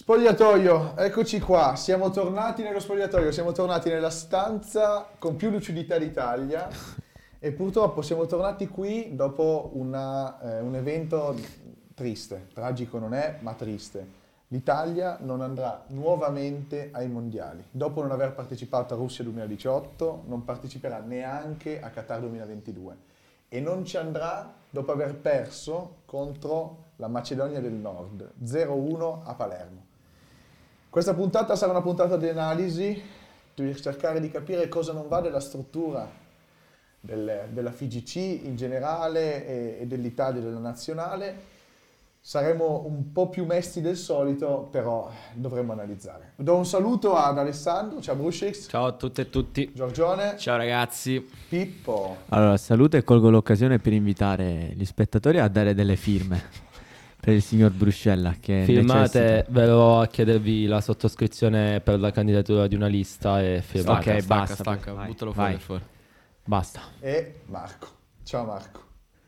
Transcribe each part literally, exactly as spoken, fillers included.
Spogliatoio, eccoci qua, siamo tornati nello spogliatoio, siamo tornati nella stanza con più lucidità d'Italia e purtroppo siamo tornati qui dopo una, eh, un evento triste, tragico non è, ma triste. L'Italia non andrà nuovamente ai mondiali. Dopo non aver partecipato a Russia duemiladiciotto, non parteciperà neanche a Qatar duemilaventidue e non ci andrà dopo aver perso contro la Macedonia del Nord, zero uno a Palermo. Questa puntata sarà una puntata di analisi, per cercare di capire cosa non va della struttura del, della F I G C in generale e, e dell'Italia, della nazionale. Saremo un po' più mesti del solito, però dovremo analizzare. Do un saluto ad Alessandro, ciao Brushix. Ciao a tutte e tutti. Giorgione. Ciao ragazzi. Pippo. Allora, saluto e colgo l'occasione per invitare gli spettatori a dare delle firme per il signor Bruscella che Firmate, necessita. verrò a chiedervi la sottoscrizione per la candidatura di una lista e firmate. Ok, Stacca, basta, stacca, vai, buttalo vai. fuori, fuori. Basta. E Marco. Ciao Marco.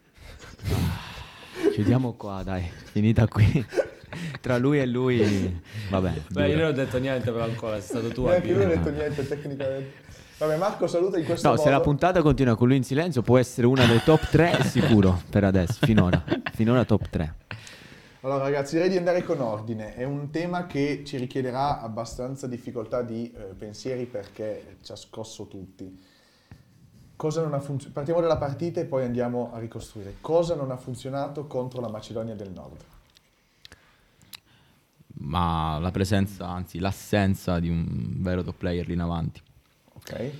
Chiudiamo qua, dai. Finita qui. Tra lui e lui, vabbè. Beh, io non ho detto niente però ancora, sei stato tu a Neanche lui dire. non ha detto niente tecnicamente. Vabbè, Marco saluta in questo No, modo. se la puntata continua con lui in silenzio può essere una delle top tre sicuro per adesso, finora. Finora top tre. Allora ragazzi, direi di andare con ordine. È un tema che ci richiederà abbastanza difficoltà di eh, pensieri perché ci ha scosso tutti. Cosa non ha funzionato? Partiamo dalla partita e poi andiamo a ricostruire. Cosa non ha funzionato contro la Macedonia del Nord? Ma la presenza, anzi l'assenza di un vero top player lì in avanti. Ok?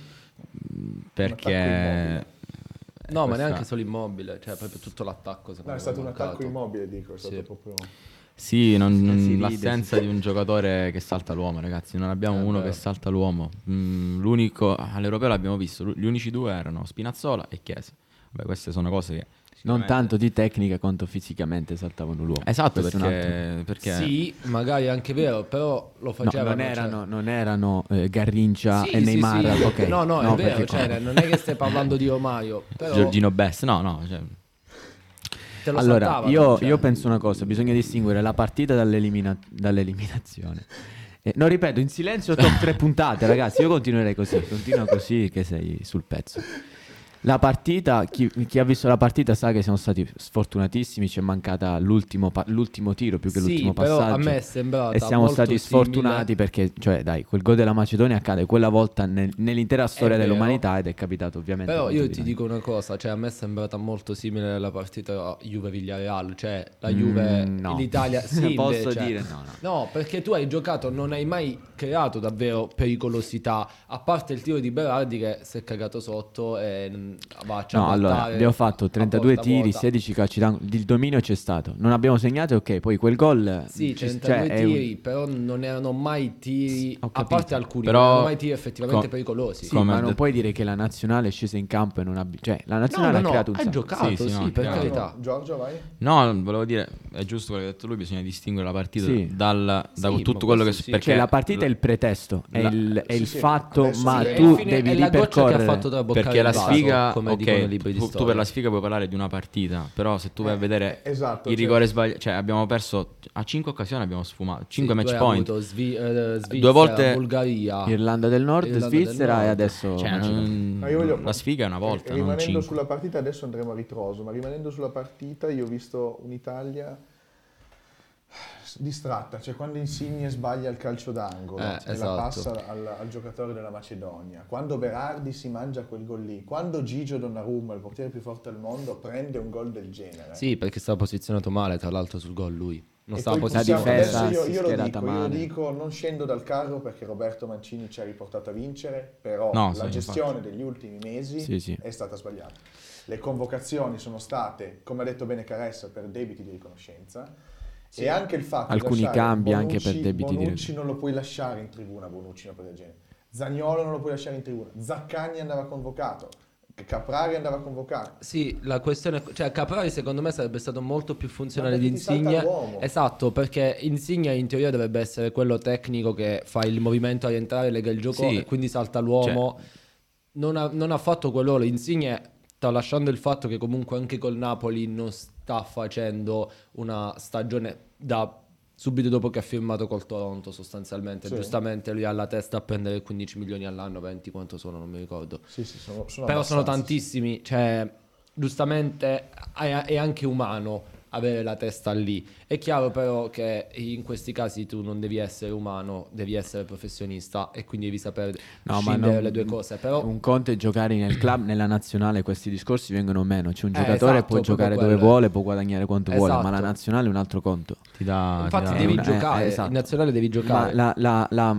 Perché No, ma questa- neanche solo Immobile, cioè proprio tutto l'attacco. No, è stato un attacco immobile, dico, è stato Sì. proprio... Sì, non- Si non- ride, l'assenza si- di un giocatore che salta l'uomo, ragazzi. Non abbiamo Eh, uno beh. che salta l'uomo. Mm, l'unico all'Europeo l'abbiamo visto. Gli unici due erano Spinazzola e Chiesa. Beh, queste sono cose che Non sicuramente- tanto di tecnica quanto fisicamente saltavano l'uomo. Esatto, Questo è un altro- perché, perché Sì, magari anche vero, però lo No, facevano. non erano, cioè- non erano eh, Garrincia Sì, e sì, Neymar. sì. Ok. No, no, è vero, perché cioè, qua- non è che stai parlando di Romario, però Giorgino Best, no, no, cioè, te lo Allora, saltavano, io, cioè. io penso una cosa, bisogna distinguere la partita dall'elimina- dall'eliminazione. Eh, no, ripeto, in silenzio top tre puntate, ragazzi, io continuerei così, continua così che sei sul pezzo. La partita, chi, chi ha visto la partita sa che siamo stati sfortunatissimi, ci è mancata l'ultimo, pa- l'ultimo tiro più che Sì, l'ultimo però passaggio. a me è sembrata E siamo molto stati simile- sfortunati perché, cioè, dai, quel gol della Macedonia accade quella volta nel- nell'intera storia vero. dell'umanità ed è capitato ovviamente. Però contro io di ti noi. dico una cosa, cioè a me è sembrata molto simile alla partita Juve-Villarreal, cioè la Mm, Juve, no. l'Italia, sì, Posso invece. dire no, no. No, perché tu hai giocato, non hai mai creato davvero pericolosità, a parte il tiro di Berardi che si è cagato sotto e mm, va a No, ciabattare allora abbiamo fatto a trentadue porta tiri, vuota. sedici calci d'angolo, il dominio c'è stato. Non abbiamo segnato, ok, poi quel gol Sì, ci- trentadue cioè, è un- tiri, però non erano mai tiri, Ho a capito. parte alcuni, Però- non erano mai tiri effettivamente com- pericolosi. Sì, come ma ha non detto- puoi dire che la nazionale è scesa in campo e non ha cioè la No, nazionale no, ha no, creato un hai sacco. giocato, Sì, sì, sì, no, per chiaro. carità. Giorgio, vai. no, volevo dire, è giusto quello che ha detto lui, bisogna distinguere la partita Sì. dal, da Sì, tutto ma quello che... questo sì. perché Cioè la partita è il pretesto, è la- il, è sì, il sì, fatto, adesso ma sì, è tu il fine- devi è la goccia che ha ripercorrere. fatto traboccare Perché la il vaso, sfiga, come ok, dicono i libri di tu, tu storia. per la sfiga puoi parlare di una partita, però se tu vai a vedere Eh, esatto, il cioè- rigore sbagliato, cioè abbiamo perso a cinque occasioni, abbiamo sfumato cinque Sì, match tu hai point. avuto Svi- eh, Svizzera, Due volte- Bulgaria, Irlanda del Nord, Irlanda del Svizzera Nord. e adesso Cioè, Macedonia. non- Ma io voglio- la sfiga è una volta, non Rimanendo cinque. sulla partita, adesso andremo a ritroso, ma rimanendo sulla partita io ho visto un'Italia distratta, cioè quando Insigne sbaglia il calcio d'angolo Eh, e esatto. la passa al, al giocatore della Macedonia, quando Berardi si mangia quel gol lì, quando Gigio Donnarumma, il portiere più forte al mondo, prende un gol del genere. Sì, perché stava posizionato male, tra l'altro sul gol lui. Non E stava poi posizionato possiamo- difesa adesso io, si io lo schierata dico, io male. dico, non scendo dal carro perché Roberto Mancini ci ha riportato a vincere, però No, la sì, gestione degli ultimi mesi Sì, sì. è stata sbagliata. Le convocazioni sono state, come ha detto bene Caressa, per debiti di riconoscenza e anche il fatto Alcuni di lasciare cambi anche Bonucci, per debiti di Bonucci non lo puoi lasciare in tribuna, Bonucci una cosa del genere. Zagnolo non lo puoi lasciare in tribuna, Zaccagni andava convocato, Caprari andava convocato. Sì, la questione, cioè Caprari secondo me sarebbe stato molto più funzionale Ma di perché ti salta Insigne. l'uomo. Esatto, perché Insigne in teoria dovrebbe essere quello tecnico che fa il movimento a rientrare, lega il gioco Sì. e quindi salta l'uomo. Non, ha, non ha fatto quello, Insigne tralasciando il fatto che comunque anche col Napoli non sta facendo una stagione da subito dopo che ha firmato col Toronto sostanzialmente. Sì. Giustamente lui ha la testa a prendere quindici milioni all'anno, venti quanto sono, non mi ricordo. Sì, sì, sono, sono Però sono abbastanza, tantissimi, cioè giustamente è, è anche umano avere la testa lì. È chiaro però che in questi casi tu non devi essere umano, devi essere professionista e quindi devi sapere No, ma scindere non- le due cose. Però Un conto è giocare nel club, nella nazionale questi discorsi vengono meno. C'è un Eh, giocatore esatto, può giocare proprio dove quello. vuole, può guadagnare quanto vuole, ma la Esatto. nazionale è un altro conto. Ti dà, infatti ti dà- devi una- eh, giocare, esatto. in nazionale devi Ma giocare. la- la- la-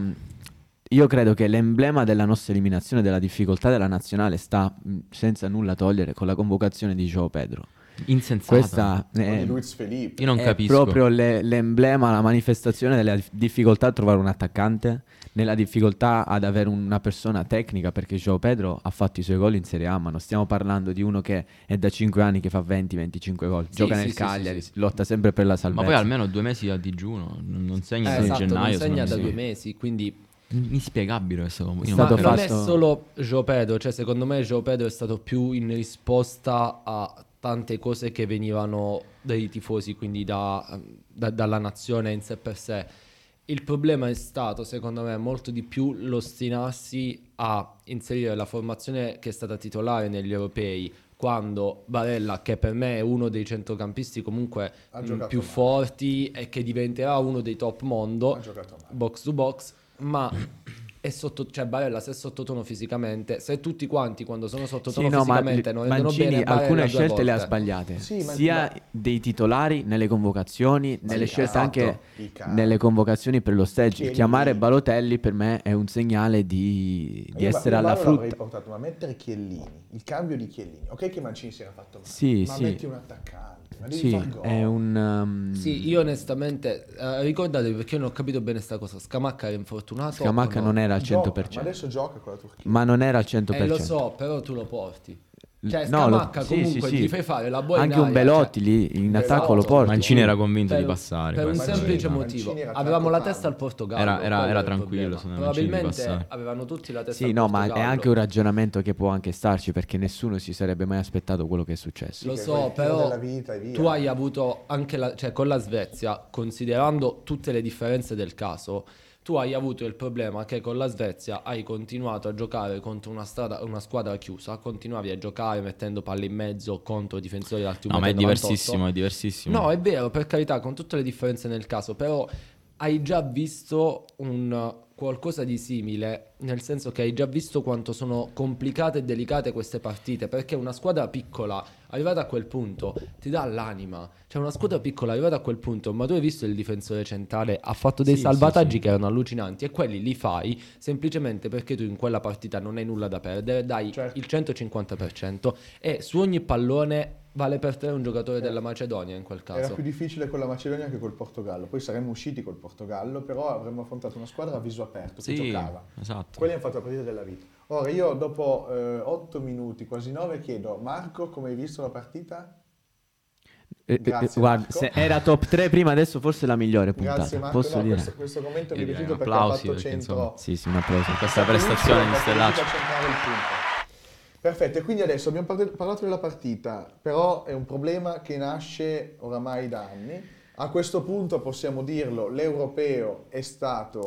io credo che l'emblema della nostra eliminazione, della difficoltà della nazionale, sta mh, senza nulla togliere con la convocazione di João Pedro. insensata. Questa Con è, di Luiz Felipe. Io non è capisco. proprio le- l'emblema, la manifestazione della dif- difficoltà a trovare un attaccante, nella difficoltà ad avere una persona tecnica, perché João Pedro ha fatto i suoi gol in Serie A, ma non stiamo parlando di uno che è da cinque anni che fa venti venticinque gol, Sì, gioca sì, nel sì, Cagliari, sì, sì. lotta sempre per la Ma salvezza. poi almeno due mesi a digiuno, non non segna Eh, da esatto, gennaio. non se segna non da mi due sbaglio. mesi, quindi Inspiegabile questo comunque. Io È ma non stato non capisco. è fatto- solo João Pedro, cioè secondo me João Pedro è stato più in risposta a tante cose che venivano dai tifosi, quindi da- da- dalla nazione in sé per sé. Il problema è stato, secondo me, molto di più l'ostinarsi a inserire la formazione che è stata titolare negli europei, quando Barella, che per me è uno dei centrocampisti comunque Ha mh, giocato più male. forti e che diventerà uno dei top mondo, Ha giocato male. box to box, ma è sotto, cioè Barella se è sottotono fisicamente, se tutti quanti quando sono sottotono Sì, no, ma fisicamente le- non rendono Mancini bene, Barella alcune due scelte le ha volte. sbagliate, Sì, ma- sia ma- dei titolari nelle convocazioni, nelle Sì, scelte esatto. anche I cari. nelle convocazioni per lo stage. Chiellini. Chiamare Balotelli per me è un segnale di, di Io essere io alla Barolo l'avrei frutta. portato, ma mettere Chiellini, il cambio di Chiellini, ok che Mancini si era fatto male, Sì, ma sì. metti un attaccante, ma devi Sì, far gol. è un... um, Sì, io onestamente eh, ricordatevi perché io non ho capito bene sta cosa. Scamacca era infortunato. Scamacca o no? non era al Gioca, cento ma per cento, adesso gioca con la Turchia. ma non era al cento Eh, per lo cento. so, però tu lo porti. Cioè, No, lo- Scamacca sì, comunque sì, sì. gli fai fare la buona Anche un Belotti lì in Esatto. attacco lo porti. Mancini era convinto per, di passare. per un questo è semplice la verità. motivo. Mancini era Avevamo la tanto testa al calmo. Portogallo. Era- era- quello era il tranquillo, problema. secondo me, Mancini di Probabilmente passare. avevano tutti la testa Sì, al no, ma è Portogallo. anche un ragionamento che può anche starci, perché nessuno si sarebbe mai aspettato quello che è successo. Lo che so, quel tiro però della vita e via. tu hai avuto anche la, cioè con la Svezia, considerando tutte le differenze del caso, tu hai avuto il problema che con la Svezia hai continuato a giocare contro una, strada, una squadra chiusa, continuavi a giocare mettendo palle in mezzo contro i difensori d'alti No, ma è uno virgola novantotto. diversissimo, è diversissimo. No, è vero, per carità, con tutte le differenze nel caso, però hai già visto un qualcosa di simile, nel senso che hai già visto quanto sono complicate e delicate queste partite, perché una squadra piccola arrivata a quel punto ti dà l'anima. Cioè una squadra piccola arrivata a quel punto, ma tu hai visto il difensore centrale ha fatto dei Sì, salvataggi sì, sì. che erano allucinanti e quelli li fai semplicemente perché tu in quella partita non hai nulla da perdere, dai Certo. il centocinquanta per cento e su ogni pallone vale per te un giocatore della Macedonia in quel Era caso. più difficile con la Macedonia che col Portogallo. Poi saremmo usciti col Portogallo, però avremmo affrontato una squadra a viso aperto, che Sì, giocava. esatto. Quelli hanno fatto la partita della vita. Ora io dopo otto minuti, quasi nove, chiedo, Marco, come hai visto la partita? Eh, eh, Grazie, guarda, Marco. se era top tre prima, adesso forse è la migliore puntata. Grazie Marco, Posso no, dire? questo, questo commento mi è Io direi piaciuto perché applausi, ha fatto perché, centro. insomma, Sì, sì, un applauso. Questa prestazione di Stellacci. A centrare il punto. Perfetto, e quindi adesso abbiamo par- parlato della partita, però è un problema che nasce oramai da anni. A questo punto possiamo dirlo, l'europeo è stato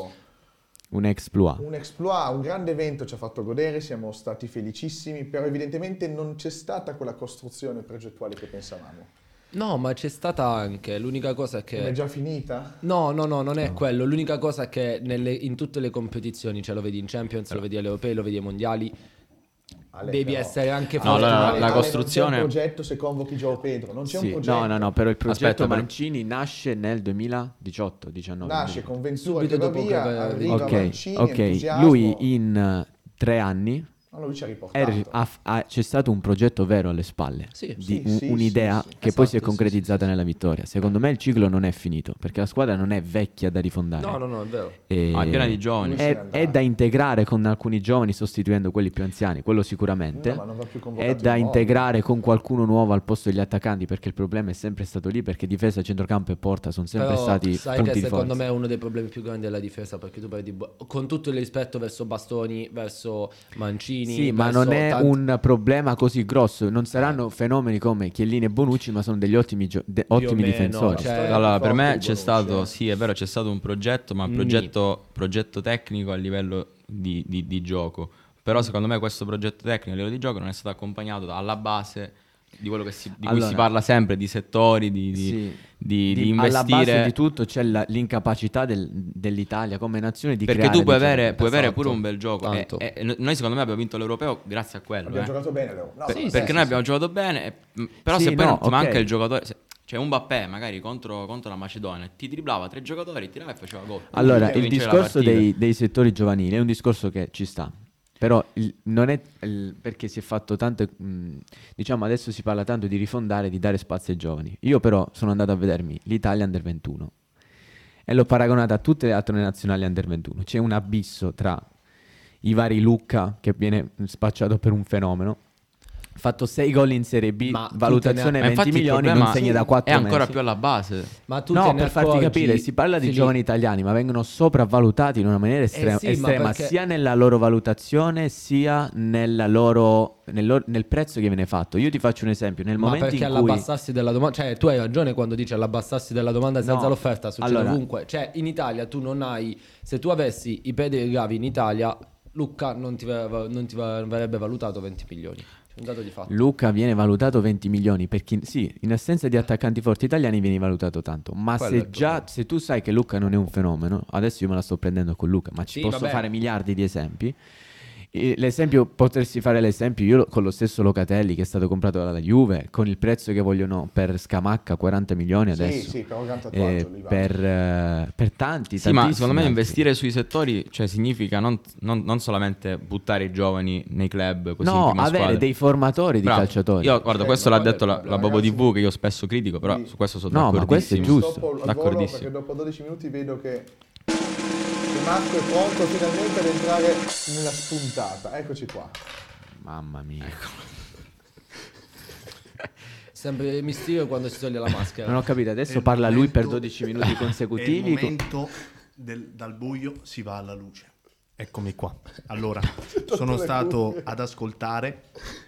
Un exploit. un exploit, un grande evento, ci ha fatto godere, siamo stati felicissimi, però evidentemente non c'è stata quella costruzione progettuale che pensavamo. No, ma c'è stata anche, l'unica cosa è È che... già finita? No, no, no, non è quello, l'unica cosa è che nelle- in tutte le competizioni, cioè lo vedi in Champions, lo vedi agli europei, lo vedi ai mondiali, Ale, devi però- essere anche No, allora, fortunato. la Ale, costruzione- Non c'è un progetto se convochi João Pedro, non c'è Sì, un progetto. no, no, no, però il progetto Aspetta, però- Mancini nasce nel duemiladiciotto diciannove. Nasce con Ventura Subito che va dopo via, che va- arriva Ok, Mancini, ok. entusiasmo. Lui in eh, tre anni No, lui ci ha è riportato. ri- ha- ha- c'è stato un progetto vero alle spalle, Sì, di sì, un- sì, un'idea sì, sì. che poi si è Esatto, sì, concretizzata nella vittoria. Secondo me il ciclo non è finito, perché la squadra non è vecchia da rifondare. No, no, no, è vero. E- Ah, è piena di giovani. Lui se n'è È, andato. è da integrare con alcuni giovani sostituendo quelli più anziani, quello sicuramente. No, ma non va più convocato È da in modo. integrare con qualcuno nuovo al posto degli attaccanti, perché il problema è sempre stato lì, perché difesa, centrocampo e porta sono sempre Però stati sai punti che di secondo forza. me è uno dei problemi più grandi della difesa, perché tu perdi bo- con tutto il rispetto verso Bastoni, verso Mancini, Chiellini. Sì, ma verso non è tanti- un problema così grosso. Non saranno fenomeni come Chiellini e Bonucci, ma sono degli ottimi, gio- de- Più o ottimi meno, difensori. cioè- Allora, per forte me di c'è Bonucci, stato, eh. sì, è vero, c'è stato un progetto, ma un Ni. progetto, progetto tecnico a livello di, di- di gioco. Però secondo me questo progetto tecnico a livello di gioco non è stato accompagnato alla base di quello che si, di cui Allora, si parla sempre, di settori, di, di, Sì. di- Di- di alla base investire. di tutto c'è la- l'incapacità del- dell'Italia come nazione di Perché creare tu puoi dei avere, giocatori. puoi avere Esatto. pure un bel gioco. E, Tanto. e noi secondo me abbiamo vinto l'Europeo grazie a quello. Abbiamo eh. giocato bene, Leo. No, Per- ma- perché sì, noi sì, abbiamo giocato bene, e- m- però Sì, se poi no, non ti manca ok. il giocatore, se- cioè un Mbappé magari contro, contro la Macedonia, ti driblava tre giocatori, tirava e faceva gol. Allora, E il vinceva la discorso partita. dei, dei settori giovanili è un discorso che ci sta. Però il- non è il- perché si è fatto tanto, mh, diciamo adesso si parla tanto di rifondare, di dare spazio ai giovani. Io però sono andato a vedermi l'Italia Under ventuno e l'ho paragonata a tutte le altre nazionali Under ventuno. C'è un abisso tra i vari Lucca, che viene spacciato per un fenomeno, fatto sei gol in Serie B, Ma tu valutazione te ne- Ma venti infatti il milioni, problema non segna da quattro è ancora mesi. più alla base. Ma tu No, te ne per farti accorgi, capire, si parla di Filippo, giovani italiani, ma vengono sopravvalutati in una maniera estre- sì, ma estrema, perché- sia nella loro valutazione, sia nella loro, nel, loro- nel prezzo che viene fatto. Io ti faccio un esempio, nel Ma momento perché in cui... all'abbassarsi della domanda, cioè tu hai ragione quando dici all'abbassarsi della domanda senza No, l'offerta, succede allora- ovunque. Cioè in Italia tu non hai, se tu avessi i piedi gravi in Italia, Lucca non ti, ver- non ti ver- verrebbe valutato venti milioni. C'è un dato di fatto. Luca viene valutato venti milioni perché sì, in assenza di attaccanti forti italiani viene valutato tanto, ma Quello è se il già problema. se tu sai che Luca non è un fenomeno, adesso io me la sto prendendo con Luca, ma ci Sì, posso vabbè. fare miliardi di esempi. E l'esempio, potresti fare l'esempio io lo- con lo stesso Locatelli che è stato comprato dalla Juve con il prezzo che vogliono per Scamacca, quaranta milioni Sì, adesso. sì, per un gran Eh, tatuaggio. lì va. per, eh, per tanti, Sì, ma tantissimi secondo me altri. investire sui settori, cioè, significa non, non- non solamente buttare i giovani nei club così in No, prima avere squadra. dei formatori di Bravo. calciatori. Io guarda, Eh, questo ma l'ha quello è detto il la, problema, la Bobo ragazzi. T V, che io spesso critico, però Sì. su questo sono No, ma questo è d'accordissimo. giusto. Stoppo al volo perché D'accordissimo. dopo dodici minuti vedo che, che Marco è pronto finalmente ad entrare nella spuntata. Eccoci qua. Mamma mia. Sempre mistero quando si toglie la maschera. Non ho capito, adesso È il parla lui per momento- dodici minuti È il consecutivi. co- momento del- dal buio si va alla luce. Eccomi qua. Allora, sono stato ad ascoltare.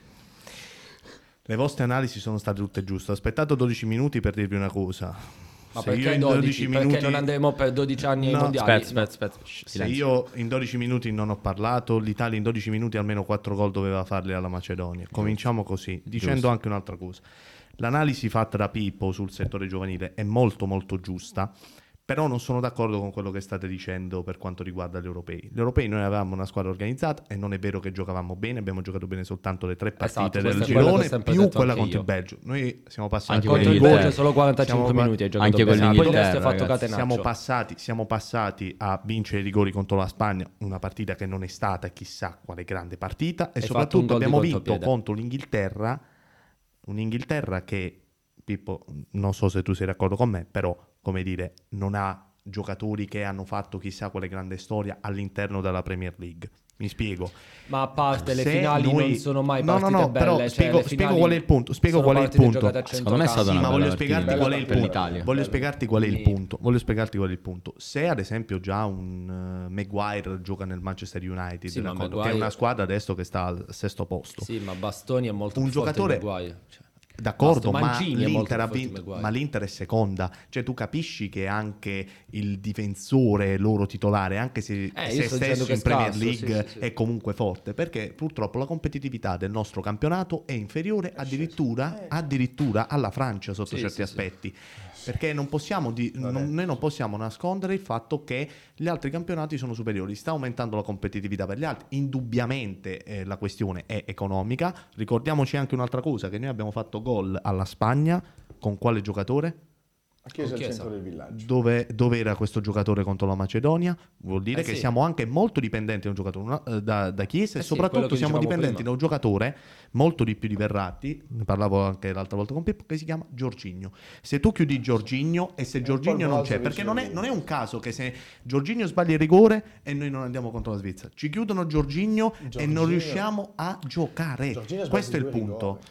Le vostre analisi sono state tutte giuste. Ho aspettato dodici minuti per dirvi una cosa. Ma Se io perché in dodici? Perché non andremo per dodici anni ai No, mondiali? Aspetta, aspetta, aspetta. Shh, Se silenzio. io in dodici minuti non ho parlato, l'Italia in dodici minuti almeno quattro gol doveva farli alla Macedonia. Cominciamo così, dicendo Giusto. anche un'altra cosa. L'analisi fatta da Pippo sul settore giovanile è molto molto giusta, però non sono d'accordo con quello che state dicendo per quanto riguarda gli europei. Gli europei noi avevamo una squadra organizzata e non è vero che giocavamo bene, abbiamo giocato bene soltanto le tre partite Esatto, del questa è quella che ho girone sempre più detto quella anche contro io. il Belgio. Noi siamo passati Anche Contro con il l'Inghilterra. Belgio solo quarantacinque Siamo- minuti hai giocato anche con bene. Poi il l'Inghilterra, resto hai fatto ragazzi. catenaccio. Siamo passati, siamo passati a vincere i rigori contro la Spagna, una partita che non è stata chissà quale grande partita, e Hai fatto un soprattutto gol di abbiamo vinto contropiede. contro l'Inghilterra, un'Inghilterra che, Pippo, non so se tu sei d'accordo con me, però, come dire, non ha giocatori che hanno fatto chissà quale grande storia all'interno della Premier League. Mi spiego. Ma a parte le Se finali noi- non sono mai No, no, partite no, belle, però cioè, spiego- le spiego finali qual è il punto, spiego sono qual è il partite punto. giocate a Secondo me è centrocampo. stata Sì, una ma bella voglio partita. spiegarti qual è il Per punto. l'Italia. Voglio Bella. spiegarti qual è il Sì. punto. Voglio spiegarti qual è il punto. Se ad esempio già un uh, Maguire gioca nel Manchester United, Sì, ma d'accordo, che Maguire- è una squadra adesso che sta al sesto posto. Sì, ma Bastoni è molto Un più forte giocatore- di Maguire. Cioè, D'accordo, Basta, ma Mancini è molto l'Inter, ha più forte vinto, di Maguire. ma l'Inter è seconda. Cioè tu capisci che anche il difensore loro titolare, anche se, Eh, io se sto dicendo stesso che è in Premier scarso, League sì, sì, sì. è comunque forte, perché purtroppo la competitività del nostro campionato è inferiore addirittura, addirittura alla Francia sotto Sì, certi sì, sì. aspetti. Perché non possiamo di- non- noi non possiamo nascondere il fatto che gli altri campionati sono superiori. Sta aumentando la competitività per gli altri. Indubbiamente eh, la questione è economica. Ricordiamoci anche un'altra cosa, che noi abbiamo fatto gol alla Spagna. Con quale giocatore? A Chiesa al Chiesa. centro del villaggio. Dove, dove era questo giocatore contro la Macedonia? Vuol dire Eh che sì. siamo anche molto dipendenti da un giocatore una- eh, da, da Chiesa Eh e sì, quello soprattutto che siamo dicevamo dipendenti prima. da un giocatore molto di più di Verratti, ne parlavo anche l'altra volta con Pippo, che si chiama Jorginho. Se tu chiudi Jorginho e se un Jorginho po' non balzo c'è, perché vicino non è, lì. non è un caso che se Jorginho sbaglia il rigore e noi non andiamo contro la Svizzera, ci chiudono Jorginho e non Jorginho- riusciamo a giocare. Jorginho ha Questo è il sbagliato due punto. rigori.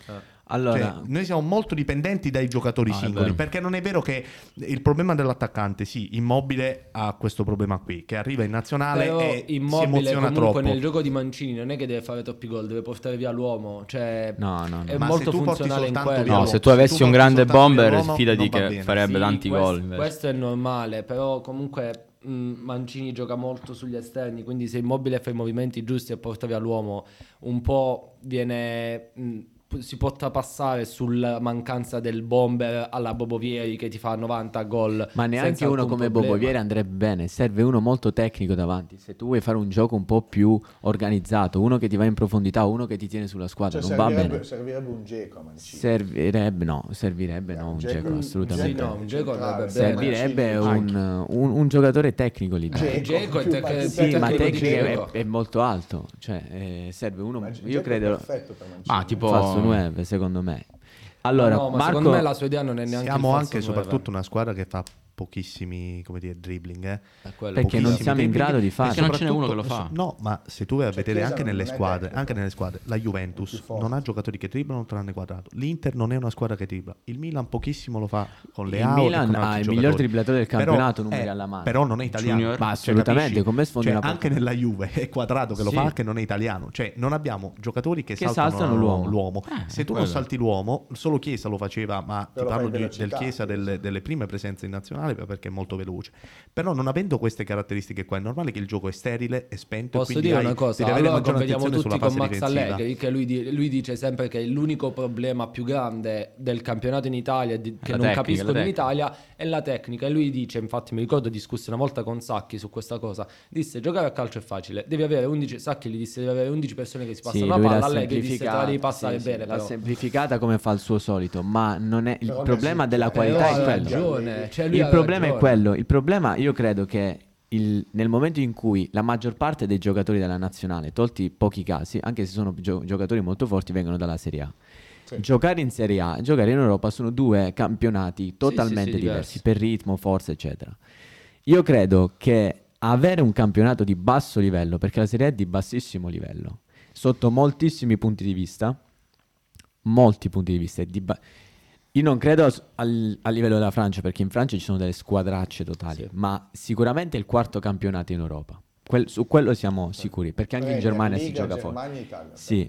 Allora, Cioè, noi siamo molto dipendenti dai giocatori Ah, è singoli, vero. perché non è vero che il problema dell'attaccante, sì, Immobile ha questo problema qui, che arriva in nazionale Però e si Immobile emoziona comunque troppo. nel gioco di Mancini non è che deve fare troppi gol, deve portare via l'uomo, cioè no, no, no. è Ma molto se tu porti funzionale in soltanto quello. via No, l'uomo, se tu se avessi tu un porti grande soltanto bomber, via l'uomo, fidati non va che bene. farebbe Sì, tanti questo, gol invece. questo è normale, però comunque mh, Mancini gioca molto sugli esterni, quindi se Immobile fa i movimenti giusti e porta via l'uomo, un po' viene... Mh, si può trapassare sulla mancanza del bomber alla Bobovieri che ti fa novanta gol. Ma neanche senza uno alcun come problema. Bobovieri andrebbe bene, serve uno molto tecnico davanti. Se tu vuoi fare un gioco un po' più organizzato, uno che ti va in profondità, uno che ti tiene sulla squadra, Cioè, non va servirebbe, bene. servirebbe un Dzeko a Mancini. Servirebbe no, servirebbe no, un Dzeko- Dzeko, assolutamente. Sì, no, un Dzeko andrebbe centrale, bene. Servirebbe Mancini, un, un- un giocatore tecnico lì dentro. Dzeko, Dzeko è più tec- più Sì, ma tecnico di tecnico Dzeko. è, è molto alto, cioè eh, serve uno, Ma io Dzeko è credo, perfetto per Mancini. Ma tipo falso nove secondo me. Allora, no, ma Marco, secondo me la sua idea non è neanche Siamo il anche e falso nove. soprattutto una squadra che fa pochissimi, come dire, dribbling, eh. È quello. Perché non Pochissimi siamo in dribbling, grado di e farlo. Perché non ce n'è uno che lo soprattutto- fa. No, ma se tu vai a Cioè, vedere Chiesa anche non nelle è squadre, tecnico. anche nelle squadre, la È Juventus più forte. non ha giocatori che dribblano tranne Quadrato. L'Inter non è una squadra che dribbla. Il Milan pochissimo lo fa con le Il Leao e Milan con ha altri il giocatori. miglior dribblatore del Però- campionato, numeri eh, alla mano. Però non è italiano. Junior. Ma Cioè, assolutamente, capisci? come sfondi Cioè, una anche porta? nella Juve è Quadrato che lo Sì. fa, che non è italiano. Cioè, non abbiamo giocatori che, Che saltano, saltano l'uomo. Eh, Se tu quello. non salti l'uomo, solo Chiesa lo faceva, ma Però ti lo parlo fai in di- velocità, del Chiesa Chiesa. delle, delle prime presenze in nazionale perché è molto veloce. Però non avendo queste caratteristiche qua, è normale che il gioco è sterile, è spento. e Posso quindi dire hai- una cosa? devi avere Allora maggiore conveniamo attenzione tutti sulla con fase Max difensiva. Allegri, che lui, di- lui dice sempre che l'unico problema più grande del campionato in Italia, di- che la non tecnica, capiscono la in tecnica. Italia, è la tecnica. E lui dice, infatti mi ricordo discussi una volta con Sacchi su questa cosa, disse giocare a calcio è facile, devi avere undici, Sacchi gli disse devi avere undici persone che si Sì, passano la lui palla, l'ha Allegri disse te la semplificata, devi passare sì, sì, bene l'ha però. semplificata come fa il suo solito, ma non è il Però problema sì, della cioè, qualità Però è ha quello. ragione, cioè lui Il ha problema è ragione. quello. Il problema, io credo che il- nel momento in cui la maggior parte dei giocatori della nazionale, tolti pochi casi, anche se sono gio- giocatori molto forti, vengono dalla Serie A. Sì. Giocare in Serie A, giocare in Europa sono due campionati totalmente sì, diversi diversi. per ritmo, forza, eccetera. Io credo che avere un campionato di basso livello, perché la Serie A è di bassissimo livello, sotto moltissimi punti di vista, molti punti di vista, è di ba- io non credo as- al, a livello della Francia, perché in Francia ci sono delle squadracce totali, Sì. ma sicuramente è il quarto campionato in Europa. Quel- su quello siamo sicuri, perché anche in Premier, Germania si Liga, gioca forte. Germania e Italia. Sì,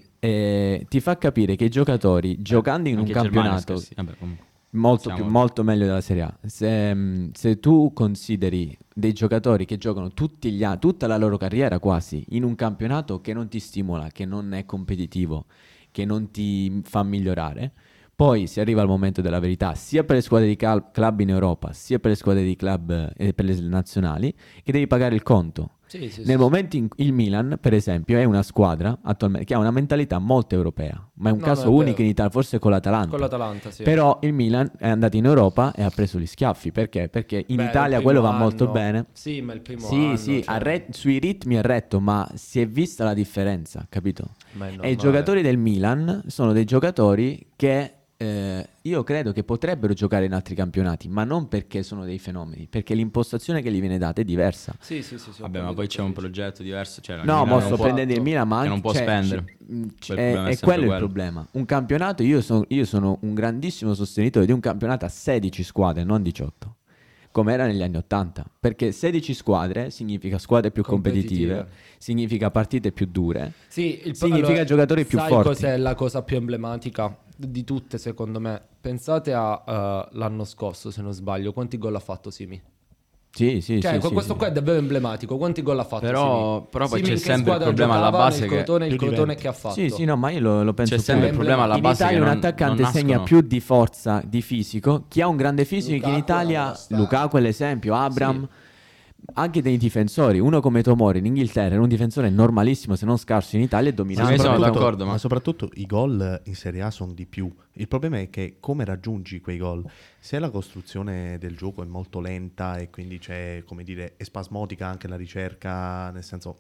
e ti fa capire che i giocatori giocando in un Anche Germania, campionato scherzi. Vabbè, comunque. molto, Siamo- più, molto meglio della Serie A, se, mm, se tu consideri dei giocatori che giocano tutti gli anni, tutta la loro carriera quasi, in un campionato che non ti stimola, che non è competitivo, che non ti fa migliorare, poi si arriva al momento della verità, sia per le squadre di cal- club in Europa, sia per le squadre di club e per le nazionali, che devi pagare il conto. Sì, sì, Nel sì, momento in cui il Milan, per esempio, è una squadra attualmente che ha una mentalità molto europea, ma è un No, caso no, è unico vero. in Italia, forse con l'Atalanta. con l'Atalanta, sì. Però il Milan è andato in Europa e ha preso gli schiaffi. Perché? Perché in Beh, il Italia primo quello va anno- molto bene. Sì, ma il primo Sì, anno, sì, cioè, ha re- sui ritmi è retto, ma si è vista la differenza, capito? ma è E i normale. giocatori del Milan sono dei giocatori che eh, io credo che potrebbero giocare in altri campionati, ma non perché sono dei fenomeni, perché l'impostazione che gli viene data è diversa. Sì, sì, sì, sì, ho Vabbè, ma capito poi che c'è un dici. progetto diverso. Cioè, il No, Milan mo non sto può- prendendo il Milan, ma che anche, non può cioè, spendere. c- mh, c- Quel è, problema è è sempre quello il quello. problema. Un campionato, io, sono io sono un grandissimo sostenitore di un campionato a sedici squadre, non diciotto, come era negli anni ottanta, perché sedici squadre significa squadre più competitive, Competitive. significa partite più dure. Sì, il Significa allora, giocatori più sai forti. cos'è la cosa più emblematica di tutte, secondo me? Pensate a eh, l'anno scorso, se non sbaglio, quanti gol ha fatto Simi? Sì, sì, Cioè, sì, que- sì, questo sì. qua è davvero emblematico. Quanti gol ha fatto Però- Simi? però poi Simi c'è in che sempre il squadra problema alla giocava? base Nel che- Crotone, il più Crotone diventi. che ha fatto. Sì, sì, no, ma io lo, lo penso C'è sempre il pure. problema alla In base Italia che un non- attaccante non segna nascono. più di forza, di fisico. Chi ha un grande fisico in Lukaku è Italia, una star. Lukaku è l'esempio, Abram, anche dei difensori. Uno come Tomori in Inghilterra era un difensore normalissimo, se non scarso in Italia, e Ma dominante. io sono soprattutto- d'accordo, ma- ma soprattutto i gol in Serie A sono di più. Il problema è che come raggiungi quei gol? Se la costruzione del gioco è molto lenta e quindi c'è, come dire, è spasmodica anche la ricerca, nel senso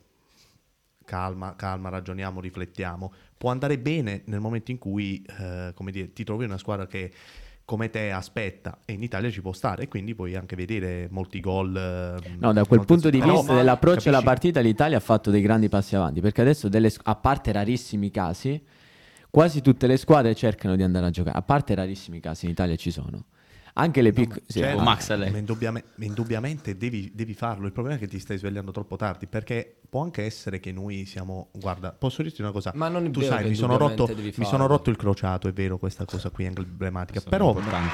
calma, calma, ragioniamo, riflettiamo, può andare bene nel momento in cui, eh, come dire, ti trovi una squadra che come te aspetta, e in Italia ci può stare, e quindi puoi anche vedere molti gol. eh, No, da quel molte- punto di Però, vista ma- dell'approccio alla capisci? partita, l'Italia ha fatto dei grandi passi avanti, perché adesso, delle, a parte rarissimi casi, quasi tutte le squadre cercano di andare a giocare, a parte rarissimi casi, in Italia ci sono. Anche le piccole... Cioè, Certo, Max Allegri. ma indubbiame- indubbiamente devi, devi farlo. Il problema è che ti stai svegliando troppo tardi, perché può anche essere che noi siamo... Guarda, posso dirti una cosa? Ma non è tu vero sai, che mi sono, rotto, indubbiamente devi mi sono farlo. rotto il crociato, è vero, questa cosa qui è emblematica. Sono Però importanti.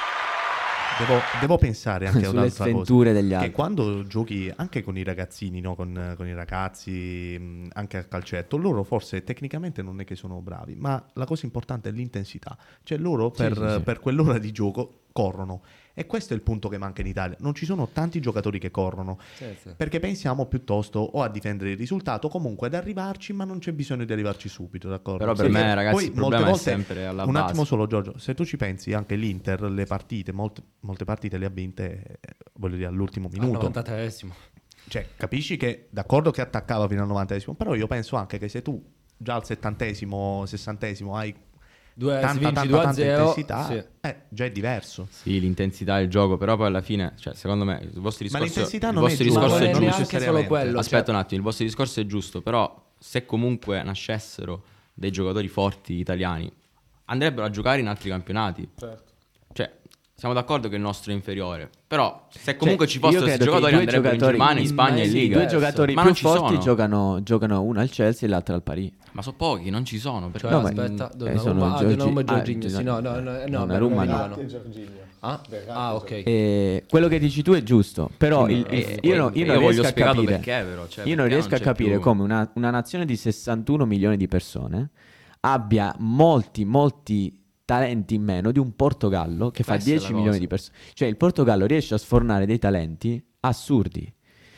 devo, devo pensare anche a sulle un'altra cosa. sventure degli altri. Che quando giochi anche con i ragazzini, no? con, con i ragazzi, mh, anche a calcetto, loro forse tecnicamente non è che sono bravi, ma la cosa importante è l'intensità. Cioè loro Sì, per, sì, sì. per quell'ora di gioco corrono. E questo è il punto che manca in Italia. Non ci sono tanti giocatori che corrono, Sì, sì. perché pensiamo piuttosto o a difendere il risultato, comunque ad arrivarci, ma non c'è bisogno di arrivarci subito, d'accordo? Però per Sì, me, che- ragazzi, poi il molte problema è volte- sempre alla un base. attimo solo, Giorgio, se tu ci pensi, anche l'Inter, le partite, molte, molte partite le ha vinte, eh, voglio dire, all'ultimo Al minuto. novantatreesimo. Cioè, capisci che d'accordo che attaccava fino al novantesimo, però io penso anche che se tu già al settantesimo, sessantesimo hai Due, se tanta, vinci tanta, due a tanta zero, intensità, sì. eh, già è diverso. Sì, l'intensità del gioco, però poi alla fine, cioè, secondo me, il vostro Ma discorso, l'intensità il non è vostro giusta, Ma discorso non è è non giusto. neanche solo necessariamente. quello. Aspetta cioè- un attimo, il vostro discorso è giusto, però se comunque nascessero dei giocatori forti italiani, andrebbero a giocare in altri campionati. Certo. Cioè, siamo d'accordo che il nostro è inferiore, però se comunque Cioè, ci io fossero questi credo che giocatori due andrebbero in giocatori- Germania, in Spagna e in sì, Liga. Due diverso. giocatori Ma più non ci forti sono. giocano, giocano uno al Chelsea e l'altro al Paris. Ma sono pochi, non ci sono. Perché Cioè, No, ma- aspetta, eh, Donnarumma, sono ah, Giorgi- Donnarumma e ah, Jorginho, sì, no, no, no, no, Donnarumma beh, no. no. Verratti e Jorginho. Ah? Verratti Ah, e ok. Jorginho. E quello che dici tu è giusto, però Sì, il- no, il- eh, io, non- io non voglio riesco a spiegarlo capire, perché, però, cioè, io non perché riesco a c'è capire più- come una, una nazione di sessantuno milioni di persone abbia molti, molti talenti in meno di un Portogallo che fa Questa è la dieci milioni cosa. di persone. Cioè il Portogallo riesce a sfornare dei talenti assurdi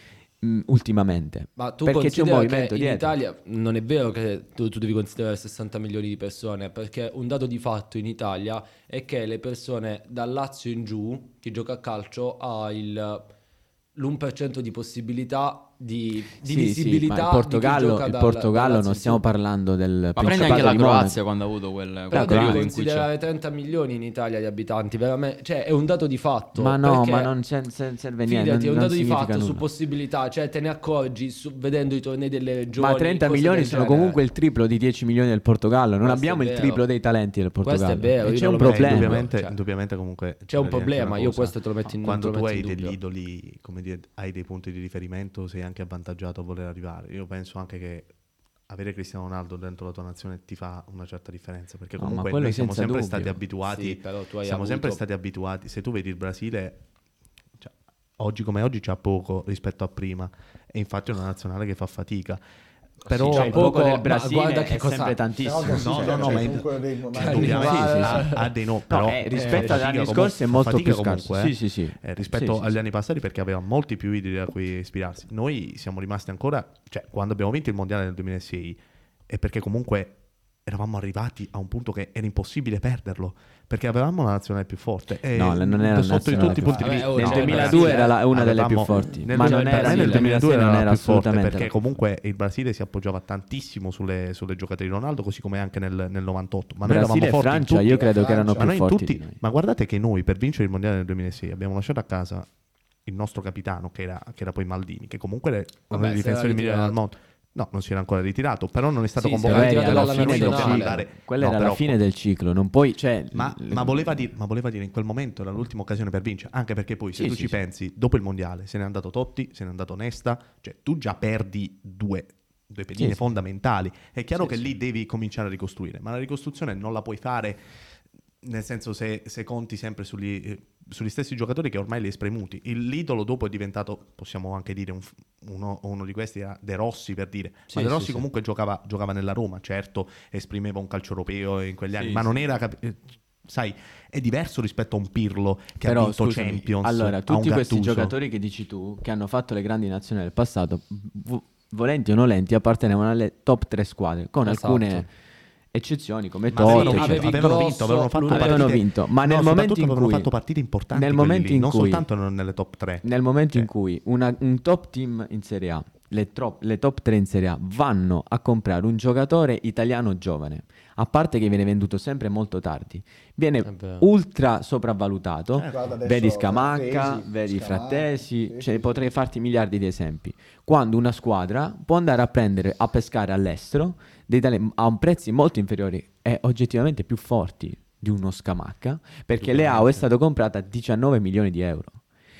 mh, ultimamente. Ma tu perché c'è un considera movimento che in dietro. Italia non è vero che tu, tu devi considerare sessanta milioni di persone, perché un dato di fatto in Italia è che le persone dal Lazio in giù, chi gioca a calcio, ha il, l'uno per cento di possibilità di, di Sì, visibilità sì, ma il di chi Portogallo, gioca il dal- Portogallo dal Lazio non in stiamo giù. parlando del Ma prendi Principato anche la di Monaco. Croazia quando ha avuto quel, quel Però La devi periodo in cui c'è. considerare trenta milioni in Italia di abitanti, veramente, cioè è un dato di fatto. Ma no, perché- ma non c'è- se- serve niente. Fidati, è non- un non dato di significa fatto su nulla. possibilità, cioè te ne accorgi su- vedendo i tornei delle regioni. Ma trenta cose milioni del sono genere. comunque il triplo di dieci milioni del Portogallo. Non Questo abbiamo è il vero. triplo dei talenti del Questo Portogallo. è vero, E io c'è non un lo vedo. problema. Indubbiamente, Cioè, indubbiamente comunque c'è un da dire anche problema, una io cosa. questo te lo metto in- Quando te lo tu metto hai in degli dubbio. idoli, come dire, hai dei punti di riferimento, sei anche avvantaggiato a voler arrivare. Io penso anche che avere Cristiano Ronaldo dentro la tua nazione ti fa una certa differenza, perché No, ma comunque quello noi siamo senza sempre dubbio. stati abituati, Sì, però tu hai siamo avuto- sempre stati abituati. Se tu vedi il Brasile, cioè, oggi come oggi c'ha poco rispetto a prima, e infatti è una nazionale che fa fatica. Però Cioè, il poco, poco del ma Brasile guarda che è cosa- sempre Però tantissimo. che sì, No, cioè, no, no, c'è ma- comunque dei- ma- Cioè, indubbiamente sì, sì, sì. ha, ha dei no, però eh, rispetto agli fatica anni comunque- scorsi è molto fatica più scarso. comunque, eh. Sì, sì, sì. Eh, rispetto Sì, sì, agli sì. anni passati, perché aveva molti più idoli a cui ispirarsi. Noi siamo rimasti ancora, cioè quando abbiamo vinto il mondiale nel duemilasei, è perché comunque eravamo arrivati a un punto che era impossibile perderlo, perché avevamo una nazionale più forte. E No, non era la sotto di nazionale tutti i più punti di forte. vista. Vabbè, oh, Nel cioè, duemiladue Brasile, era la- una delle avevamo- più forti, nel ma non duemila- era nel nel duemiladue non era più forte, assolutamente perché la- comunque il Brasile si appoggiava tantissimo sulle, sulle giocate di Ronaldo, così come anche nel, nel novantotto. Ma noi Brasile eravamo e forti in Francia, tutti. io credo che erano Ma Ma, più noi in forti tutti- di noi. ma guardate che noi per vincere il mondiale nel duemilasei abbiamo lasciato a casa il nostro capitano, che era, che era poi Maldini, che comunque era uno Vabbè, dei si era difensori migliori del ritirato. mondo. No, non si era ancora ritirato, però non è stato Sì, si convocato. era Quella ritirato era dalla la fine del nazionale. ciclo. Quella No, era la però- fine del ciclo, non puoi, cioè, Ma, ma voleva dire, ma voleva dire in quel momento era l'ultima occasione per vincere, anche perché poi se Sì, tu sì, ci sì. pensi, dopo il mondiale se n'è andato Totti, se n'è andato Nesta, cioè tu già perdi due, due pedine Sì, sì. fondamentali. È chiaro Sì, che sì. lì devi cominciare a ricostruire, ma la ricostruzione non la puoi fare, nel senso se, se conti sempre sugli, eh, sugli stessi giocatori che ormai li hai spremuti. Il- L'idolo dopo è diventato, possiamo anche dire, un f- uno, uno di questi era De Rossi, per dire. Sì, ma De sì, Rossi sì. comunque giocava, giocava nella Roma, certo, esprimeva un calcio europeo in quegli anni, Sì, ma sì. non era... capi- eh, sai, è diverso rispetto a un Pirlo che ha Però vinto scusami, Champions. allora a tutti un questi Gattuso. giocatori che dici tu, che hanno fatto le grandi nazioni del passato, vo- volenti o nolenti, appartenevano alle top tre squadre, con Esatto. alcune eccezioni come Ma avevano, Totti, vinto, avevi avevano Grosso, vinto, avevano fatto Lunatic. partite, Avevano vinto, ma no, nel momento soprattutto in avevano cui- fatto partite importanti nel quelli momento lì, in non cui- soltanto nelle top tre. nel momento in Cioè. cui una- un top team in Serie A le, tro- le top tre in Serie A vanno a comprare un giocatore italiano giovane, a parte che viene venduto sempre molto tardi, viene ultra sopravvalutato, Eh, guarda adesso vedi Scamacca, Frattesi, vedi Scamacca, Frattesi, sì, cioè, sì, potrei sì. farti miliardi di esempi, quando una squadra può andare a prendere, a pescare all'estero dei tale- a un prezzi molto inferiori e oggettivamente più forti di uno Scamacca, perché Leao è stato comprato a diciannove milioni di euro.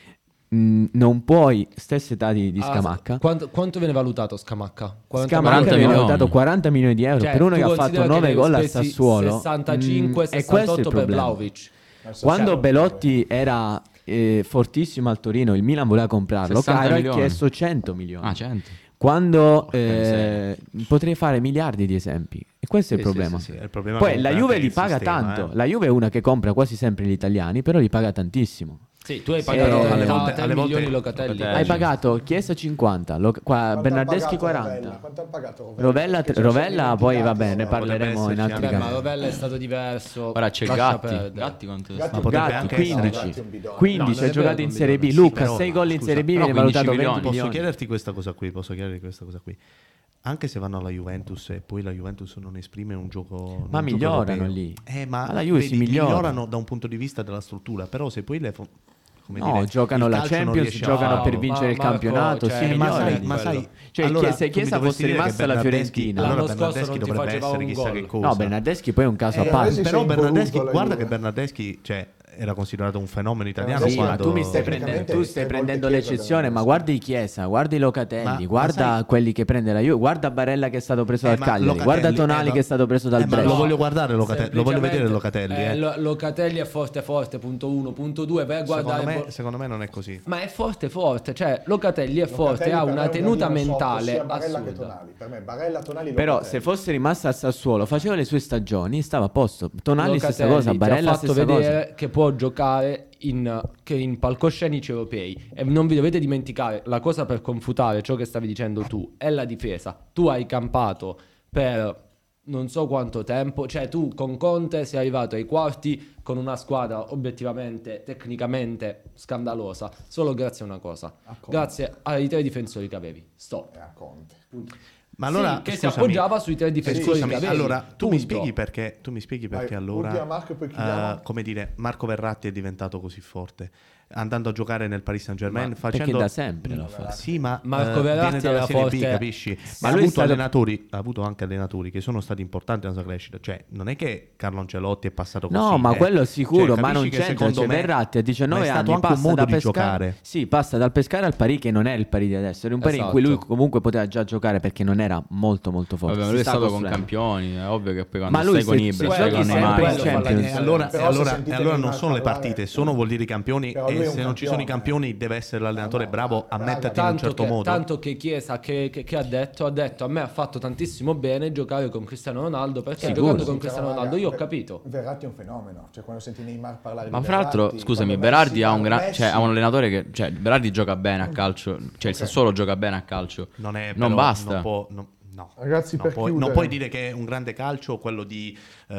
Mm, non puoi, stessa età di, di Ah, Scamacca. quanto, quanto viene valutato Scamacca? quaranta Scamacca quaranta viene milioni. valutato quaranta milioni di euro Cioè, per uno tu che ha fatto considera che nove ne gol al spesi Sassuolo. sessantacinque Mm, e questo è il sessantotto per problema. Vlahovic. Quando Cioè, Belotti era eh, fortissimo al Torino, il Milan voleva comprarlo, sessanta Cairo ha milioni. chiesto cento milioni. Ah, cento. Quando Porca eh, potrei fare miliardi di esempi, e questo è il Sì, problema. Sì, sì, è il problema Poi che la anche Juve il li paga sistema, tanto. eh. La Juve è una che compra quasi sempre gli italiani, però li paga tantissimo. Sì, tu hai Sì, pagato eh, trenta alle volte- alle volte- milioni Locatelli. Locatelli. Hai pagato Chiesa cinquanta, Lo- qua, Quanto Bernardeschi ha pagato quaranta. Rovella? Quanto ha pagato Rovella? Rovella, Perché ce Rovella sono poi va dimenticati, bene, ne no? parleremo Potrebbe in altri esserci Beh, anche- ma casi. Rovella è stato diverso. Ora c'è Lascia Gatti. perdere. Gatti quanto Gatti Ma potrebbe Gatti, anche quindici. essere- Gatti è un bidone. quindici, No, non ha è giocato vero, in non Serie B. vedo. Luca, Però, sei gol in scusa, Serie B, però viene quindici valutato milioni. venti Posso milioni. chiederti questa cosa qui? Posso chiederti questa cosa qui? Anche se vanno alla Juventus e poi la Juventus non esprime un gioco, Ma un gioco migliorano europeo. lì. Eh, ma Alla Juve si vedi, migliora. migliorano da un punto di vista della struttura, però se poi le fo- come No, dire, giocano il la calcio non Champions, riesce a giocano farlo. per Ma- vincere il Marco, campionato. cioè, si Eh, ma migliorano. sai, ma sai, Cioè, allora, Chiesa- se tu mi Chiesa dovresti fosse dire che rimasta alla Bernardeschi- Fiorentina, allora L'anno scorso Bernardeschi non ti dovrebbe faceva essere un chissà gol. che cosa. no, Bernardeschi poi è un caso Eh, a parte. si Però è Bernardeschi, involuto la guarda Juve. che Bernardeschi, cioè, era considerato un fenomeno italiano Sì, Sì, quando... ma tu mi stai Tecnicamente prendendo, tu stai è prendendo molto Chiesa l'eccezione, ma Bernardeschi. guarda i Chiesa, guarda i Locatelli, Ma- ma guarda sai- quelli che prende la Juve, guarda Barella che è stato preso Eh, dal ma Cagliari, Locatelli- guarda Tonali eh, che è stato preso dal eh, ma Brescia. lo voglio guardare Locatelli, lo voglio vedere Semplicemente, Locatelli, eh. Lo- Locatelli è forte forte, punto uno, punto due, vai a guardare... Secondo me, Bo- secondo me non è così. Ma è forte forte, cioè Locatelli è forte, Locatelli ha per me una è un tenuta gradino sotto mentale sia Barella che assurda. Tonali. Per me Barella, Tonali, Però Locatelli. se fosse rimasto al Sassuolo, faceva le sue stagioni, stava a posto. Tonali stessa Locatelli cosa, ti Barella ha fatto stessa vedere cosa. che può giocare in, che in palcoscenici europei, e non vi dovete dimenticare la cosa per confutare ciò che stavi dicendo tu è la difesa. Tu hai campato per non so quanto tempo, cioè tu con Conte sei arrivato ai quarti con una squadra obiettivamente tecnicamente scandalosa solo grazie a una cosa, Conte. grazie ai tre difensori che avevi. Stop. Eh, a Conte. Ma allora, Sì, che si scusami, appoggiava sui tre difensori scusami, che avevi. allora tu mi Punto. spieghi perché, tu mi spieghi perché Vai, allora, ultima Marco e poi chiudiamo. eh, come dire, Marco Verratti è diventato così forte, andando a giocare nel Paris Saint Germain, Ma facendo... perché da sempre lo fa. Sì, ma Marco eh, Verratti viene dalla era Serie B, forte. capisci? Ma Ma ha lui è avuto stato- allenatori, ha avuto anche allenatori che sono stati importanti nella sua crescita, cioè non è che Carlo Ancelotti è passato così. No, ma eh. quello sicuro, Cioè, ma non capisci che c'entra. secondo Cioè, me- Verratti a diciannove ma è stato anni anche un passa modo da di pescare. giocare. Sì, passa dal pescare al Parì, che non è il Parì di adesso, era un Parì in cui lui Esatto. comunque poteva già giocare perché non era molto molto forte. Vabbè, ma Si lui è sta stato con costruendo. campioni, è ovvio che poi quando Ma lui stai con se- Ibra, se stai giochi con sempre Neymar, in quello fa la Champions. E allora, Però e allora- se sentite e allora non Neymar sono le parlare- partite, sono vuol dire i campioni, Però lui è e un se non ci sono i campione. campioni deve essere l'allenatore No, bravo a raga, metterti in un Tanto certo che, modo. tanto che Chiesa che, che- che ha detto ha detto a me ha fatto tantissimo bene giocare con Cristiano Ronaldo, perché Sicuro. giocando con Sì, Cristiano però, Ronaldo raga, io ho Ver- capito. Verratti è un fenomeno, cioè quando senti Neymar parlare Ma di fra l'altro, Verratti, scusami, quando Berardi Messi ha un, parla- gran, cioè, Messi- ha un allenatore che, cioè, Berardi gioca bene a calcio, cioè il Sassuolo gioca bene a calcio. Non, è, Non però, basta. Non può, no, no. Ragazzi, non per puoi, chiudere- non puoi dire che è un grande calcio quello di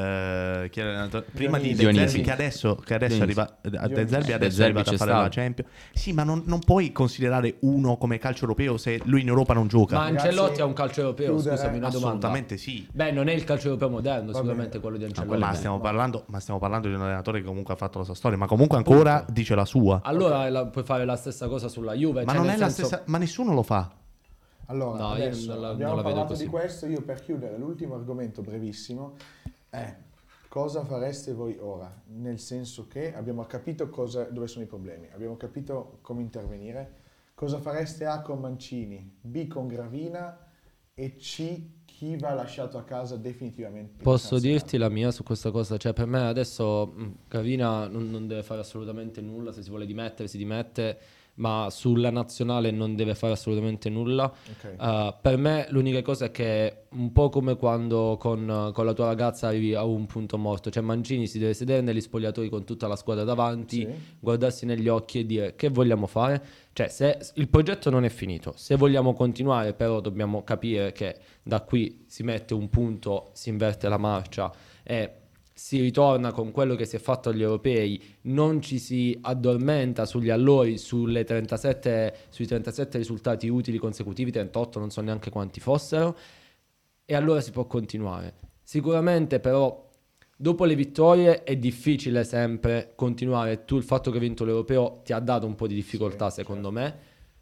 eh, chi era l'allenatore? prima di De Dionisi. Zerbi, che adesso, che adesso Dionisi. arriva a De Dionisi. Zerbi De adesso è Zerbi arrivato a c'è fare stato. la Champions. Sì, ma non, non puoi considerare uno come calcio europeo se lui in Europa non gioca. Ma Ragazzi, Ancelotti ha un calcio europeo, chiudere- scusami, una domanda. Assolutamente sì. Beh, non è il calcio europeo moderno, Va sicuramente bene. quello di No, Ancelotti. ma, stiamo parlando, ma stiamo parlando di un allenatore che comunque ha fatto la sua storia, ma comunque ancora dice la sua. Allora la- puoi fare la stessa cosa sulla Juve, Ma cioè, non è nel la senso- stessa, ma nessuno lo fa. Allora, No, io adesso non la- abbiamo non la vedo parlato così. di questo, io per chiudere l'ultimo argomento brevissimo è cosa fareste voi ora? Nel senso che abbiamo capito cosa, dove sono i problemi, abbiamo capito come intervenire, cosa fareste A con Mancini, B con Gravina e C chi va lasciato a casa definitivamente? Posso Cancelato. dirti la mia su questa cosa, cioè per me adesso mh, Gravina non, non deve fare assolutamente nulla, se si vuole dimettere si dimette, ma sulla nazionale non deve fare assolutamente nulla. Ok. Uh, per me l'unica cosa è che un po' come quando con, con la tua ragazza arrivi a un punto morto, cioè Mancini si deve sedere negli spogliatoi con tutta la squadra davanti, Sì. guardarsi negli occhi e dire che vogliamo fare. Cioè se il progetto non è finito, se vogliamo continuare però dobbiamo capire che da qui si mette un punto, si inverte la marcia e si ritorna con quello che si è fatto agli europei, non ci si addormenta sugli allori, sulle trentasette, sui trentasette risultati utili consecutivi, trentotto non so neanche quanti fossero, e allora si può continuare. Sicuramente però dopo le vittorie è difficile sempre continuare. Tu il fatto che hai vinto l'europeo ti ha dato un po' di difficoltà, sì, secondo certo. me,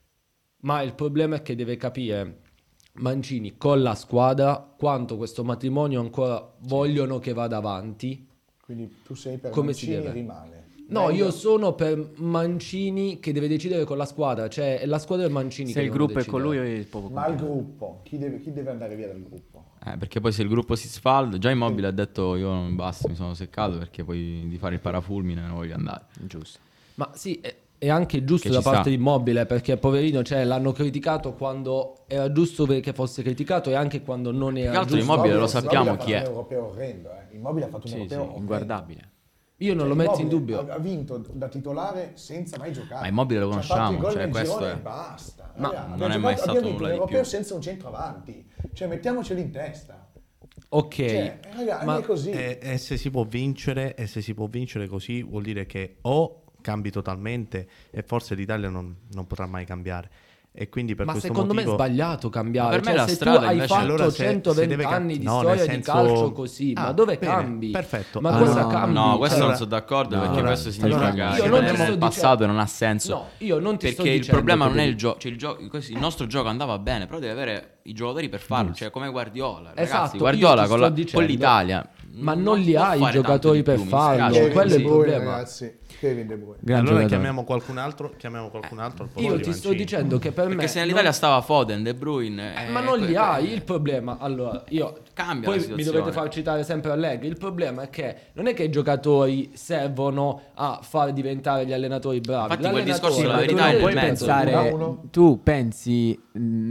ma il problema è che deve capire Mancini con la squadra quanto questo matrimonio ancora vogliono che vada avanti. Quindi tu sei per come Mancini si deve. rimane. No, Meglio. io sono per Mancini che deve decidere con la squadra, cioè è la squadra del Mancini Se che il devono gruppo è con decidere. lui è poco Ma il complicato. gruppo, chi deve, chi deve andare via dal gruppo? Eh, perché poi se il gruppo si sfalda, già Immobile ha detto io non basta, mi sono seccato perché poi di fare il parafulmine non voglio andare. Giusto. Ma sì, è, è anche giusto Che da ci parte sta. di Immobile, perché poverino, cioè, l'hanno criticato quando era giusto che fosse criticato e anche quando non era che altro giusto. Immobile lo Immobile sappiamo ha chi fatto è. un europeo orrendo, eh. Immobile ha fatto un Sì, europeo sì, orrendo. inguardabile. Io non Cioè, lo metto in Immobile dubbio. Ha, ha vinto da titolare senza mai giocare. Ma Immobile lo Ci ha fatto i conosciamo, gol cioè, nel questo girone è. e basta. Ma Abbiamo- non è abbiamo mai giocato- stato abbiamo vinto nulla di l'europeo più. senza un centravanti. Cioè, mettiamoceli in testa. Ok, Cioè, raga, ma è così. E, e se si può vincere, e se si può vincere così, vuol dire che o cambi totalmente e forse l'Italia non, non potrà mai cambiare. E quindi per ma questo secondo me è motivo... sbagliato cambiare. Ma per me Cioè, la se strada tu hai invece- fatto Allora, se- se centoventi deve ca- anni di no, storia nel di senso- calcio così, Ah, ma dove bene, cambi? perfetto. Ma Allora- cosa no, cambi? No, questo Cioè, non sono d'accordo no, perché allora, questo significa allora, che io se non vediamo ti sto nel dicendo- passato non ha senso. No, io non ti sto perché il dicendo problema che non è devi- il gioco, cioè il gioco, così, il nostro gioco andava bene, però deve avere i giocatori per farlo, cioè come Guardiola. Esatto, Ragazzi, io Guardiola ti con, sto la- dicendo- con l'Italia ma non li può ha i fare tanto giocatori di per più, mi farlo, spiace, Kevin quello è De il Bruyne, problema. ragazzi. Kevin De Bruyne. Gran allora giocatore. chiamiamo qualcun altro, chiamiamo qualcun altro al posto Io di ti sto Mancini. dicendo che per me Perché se nell'Italia stava Foden, De Bruyne, Eh, eh, ma non que- li que- hai il problema. Allora, io Cambia poi la mi situazione. dovete far citare sempre Allegri. Il problema è che non è che i giocatori servono a far diventare gli allenatori bravi. Infatti quel L'allenatore discorso della deve verità è vedere nel il puoi mezzo. pensare, Uno. tu pensi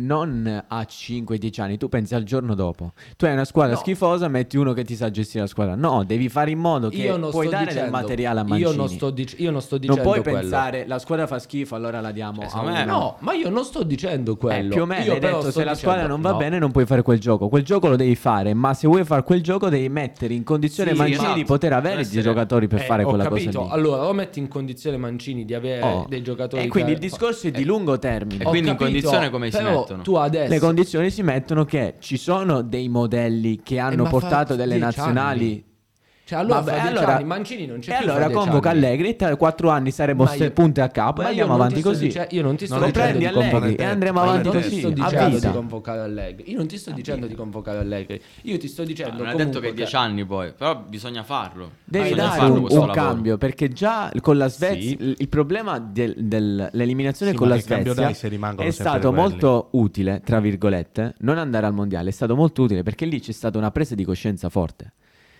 non a cinque dieci anni, tu pensi al giorno dopo. Tu hai una squadra No. schifosa, metti uno che ti sa gestire la squadra. No, devi fare in modo che Io non puoi sto dare dicendo, del materiale a Mancini. Io non sto, dic- io non sto Non dicendo puoi quello. pensare la squadra fa schifo, allora la diamo Cioè, a secondo uno. me No, ma io non sto dicendo Eh, quello. più o meno Io hai però detto sto se la squadra dicendo- non va no. bene non puoi fare quel gioco. Quel gioco lo devi fare, ma se vuoi fare quel gioco devi mettere in condizione Sì, Mancini esatto. di poter avere Deve dei essere- giocatori per Eh, fare ho quella capito. cosa lì. Allora, o metti in condizione Mancini di avere Oh. dei giocatori E quindi che- il discorso è di lungo termine. E Ho quindi in capito, condizione come si però mettono? Tu adesso Le condizioni si mettono che ci sono dei modelli che hanno ma portato fa delle dieci nazionali. anni. Cioè, allora Vabbè, fra dieci allora- anni Mancini non c'è E più fra allora dieci convoca anni. Allegri, tra quattro anni saremo Ma ste io- punte a capo e ma io andiamo non avanti ti sto così. dice- io non ti sto Non è dicendo Prendi di Allegri convocare e andremo Ma io avanti non così, ti sto a dicendo vita. di convocare Allegri. Io non ti sto dicendo di convocare Allegri. Io ti sto dicendo Non è comunque detto che dieci anni poi, però bisogna farlo. Devi Bisogna dare farlo un, questo un lavoro. cambio perché già con la Svezia Sì. il, il problema del- dell'eliminazione Sì, con ma la che cambio Svezia dai se rimangono è sempre stato quelli? molto utile, tra virgolette, non andare al mondiale, è stato molto utile perché lì c'è stata una presa di coscienza forte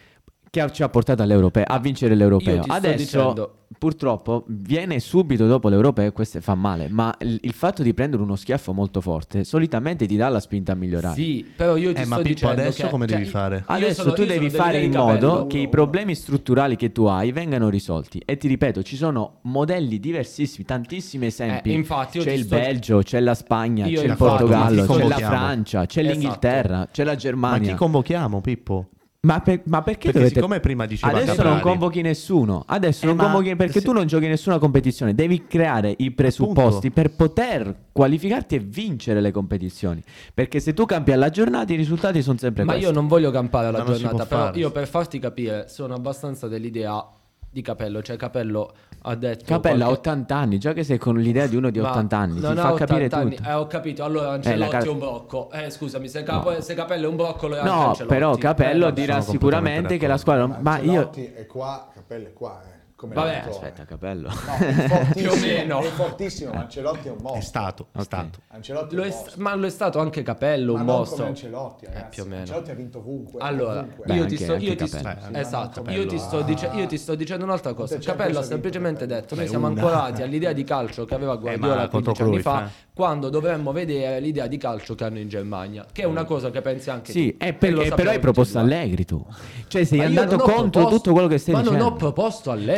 che ha- ci ha portato all'europeo, a vincere l'europeo. Io ti sto Adesso dicendo- purtroppo viene subito dopo l'europeo e questo fa male, ma il, il fatto di prendere uno schiaffo molto forte solitamente ti dà la spinta a migliorare. Sì, però io ti Eh, ma sto Pippo, dicendo adesso che- come cioè, devi fare? io Adesso sono- tu io devi sono fare in Daniele modo Capello. che i problemi strutturali che tu hai vengano risolti. E ti ripeto, ci sono modelli diversissimi, tantissimi esempi. Eh, infatti io c'è ti il sto- Belgio, c'è la Spagna, Io c'è il infatti- Portogallo, ma chi c'è la convochiamo? Francia, c'è Esatto. l'Inghilterra, c'è la Ma Germania. chi convochiamo, Pippo? Ma, per- ma perché, Perché dovete... siccome prima diceva Adesso Caprari- non convochi nessuno. Adesso Eh, non ma convochi perché se- tu non giochi nessuna competizione. Devi creare i presupposti Appunto. per poter qualificarti e vincere le competizioni. Perché se tu campi alla giornata, i risultati sono sempre Ma questi. io non voglio campare alla Ma non si giornata, può però fare. io per farti capire sono abbastanza dell'idea di Capello, cioè Capello ha detto Capella ha qualche- ottanta anni, già che sei con l'idea di uno di Ma ottanta anni, ti non fa ha capire ottanta anni. tutto. Eh, ho capito. Allora Ancelotti car- è un brocco. Eh, scusami, se, Capo- se Capello è un brocco, lo è anche No, Ancelotti. però Capello Eh, vabbè. dirà sono sicuramente completamente che la squadra... Ma Ma io... Ancelotti è qua, Capello è qua, eh. Come Vabbè, allenatore. Aspetta, Capello. No, è fortissimo, Più o meno. è fortissimo, ma Ancelotti è un È mostro. stato, è Ok. stato. Ancelotti Lo è è un st- mostro. ma lo è stato anche Capello, Ma un non mostro. come Ancelotti, Eh, ragazzi. più o meno. Ancelotti ha vinto ovunque. Allora, ovunque. Beh, io, anche- ti sto, io, anche ti sto, Capello. Eh, esatto, Capello. io, ti sto dice- io ti sto dicendo un'altra cosa. Quante Capello ha Champions ha vinto semplicemente Capello? detto: Beh, noi siamo una. ancorati all'idea di calcio che aveva Guardiola ma contro quindici anni Cruyff, fa, eh. quando dovremmo vedere l'idea di calcio che hanno in Germania, che è una cosa che pensi anche Sì, tu. è E per- lo e però sappiamo hai proposto tutti e due. Allegri tu. Cioè sei Ma io andato non ho contro proposto- tutto quello che stai ma dicendo. non ho proposto Tu hai Allegri.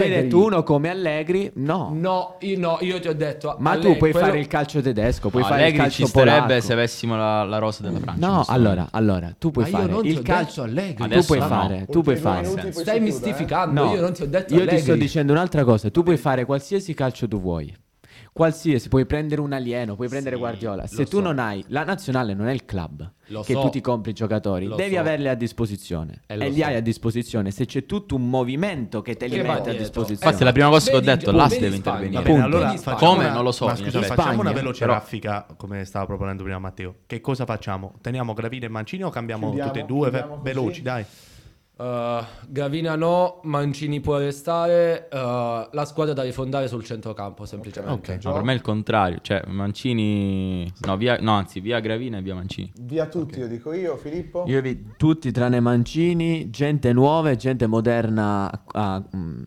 Allegri. detto uno come Allegri, no. No, io, no, io ti ho detto... Ma Allegri, tu puoi quello- fare il calcio tedesco, puoi No, fare il Allegri calcio ci starebbe polacco. se avessimo la, la rosa della Francia. No, insomma. allora, allora, tu puoi Ma io fare non ti il ho calcio detto Allegri. Tu Adesso puoi no. fare, tu Ultimi puoi due fare. minuti, poi Stai si chiude, mistificando, No, io non ti ho detto io Allegri. ti sto dicendo un'altra cosa, tu puoi fare qualsiasi calcio tu vuoi. Qualsiasi, puoi prendere un alieno, puoi prendere Sì, Guardiola. lo Se tu so. non hai, la nazionale non è il club Lo che so. tu ti compri i giocatori, Lo devi so. averli a disposizione E e, lo li so. hai a disposizione. Se c'è tutto un movimento che te li Che va mette a dietro. disposizione, Infatti, è la prima cosa che ho Vedi- detto, l'A S vedi deve Spagna. intervenire. Va bene, Punto. allora Vedi facciamo Come? una- Non lo so, Ma in scusa, effetti. facciamo una Spagna, veloce però- raffica come stava proponendo prima Matteo. Che cosa facciamo? Teniamo Gravina e Mancini o cambiamo Chiudiamo, tutti e due? chiudiamo così. Veloci, dai. Uh, Gravina no, Mancini può restare, uh, la squadra da rifondare sul centrocampo semplicemente. Ok. No, per me è il contrario. Cioè, Mancini... No, via... no, anzi, via Gravina e via Mancini. Via tutti, lo dico io, Filippo. io vi tutti tranne Mancini, gente nuova e gente moderna ah, mm,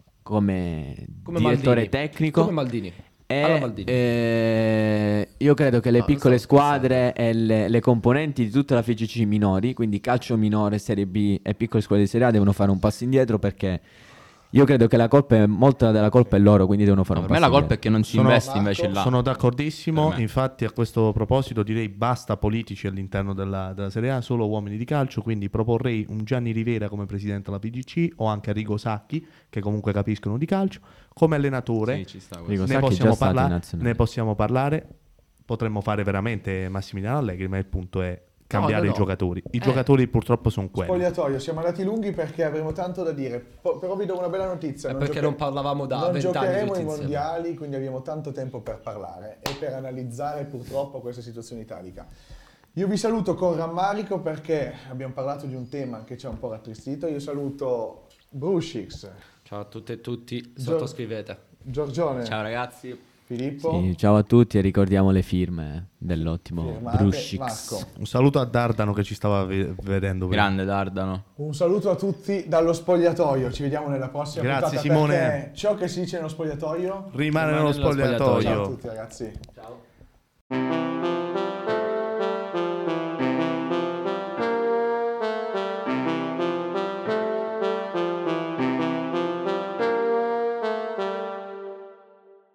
come, Come direttore Maldini. tecnico. Come Maldini. E, Alla Maldini. eh, io credo che le No, piccole non stavo squadre e le, le componenti di tutta la F I G C minori, quindi calcio minore, Serie B e piccole squadre di Serie A, devono fare un passo indietro perché io credo che la colpa è, molta della colpa è loro, quindi devono fare No, un per me passo la colpa è indietro. che non si Sono- investe Marco, invece là. Sono d'accordissimo, Per me. infatti a questo proposito direi basta politici all'interno della, della Serie A, solo uomini di calcio, quindi proporrei un Gianni Rivera come presidente della P G C o anche Arrigo Sacchi, che comunque capiscono di calcio, come allenatore. Sì, ci sta questo. Rigo ne, Sacchi è possiamo già stato in parlare, nazionale. ne possiamo parlare, potremmo fare veramente Massimiliano Allegri, ma il punto è cambiare no, no. i giocatori. I Eh. giocatori purtroppo sono quelli. Spogliatoio, siamo andati lunghi perché avremo tanto da dire. Po- però vi do una bella notizia. È non perché gioche- non parlavamo da Non vent'anni giocheremo tutti i insieme. mondiali, quindi abbiamo tanto tempo per parlare e per analizzare purtroppo questa situazione italica. Io vi saluto con rammarico perché abbiamo parlato di un tema che ci ha un po' rattristito. Io saluto Brushix, Ciao a tutte e tutti, Gio- sottoscrivete. Giorgione, Ciao ragazzi. Filippo, Sì, ciao a tutti e ricordiamo le firme dell'ottimo firmate, Brushix. Marco. Un saluto a Dardano che ci stava ve- vedendo. prima. Grande Dardano. Un saluto a tutti dallo spogliatoio. Ci vediamo nella prossima Grazie, puntata Simone. perché ciò che si dice nello spogliatoio Rimane Rimane nello nello spogliatoio. spogliatoio. Ciao a tutti ragazzi. Ciao.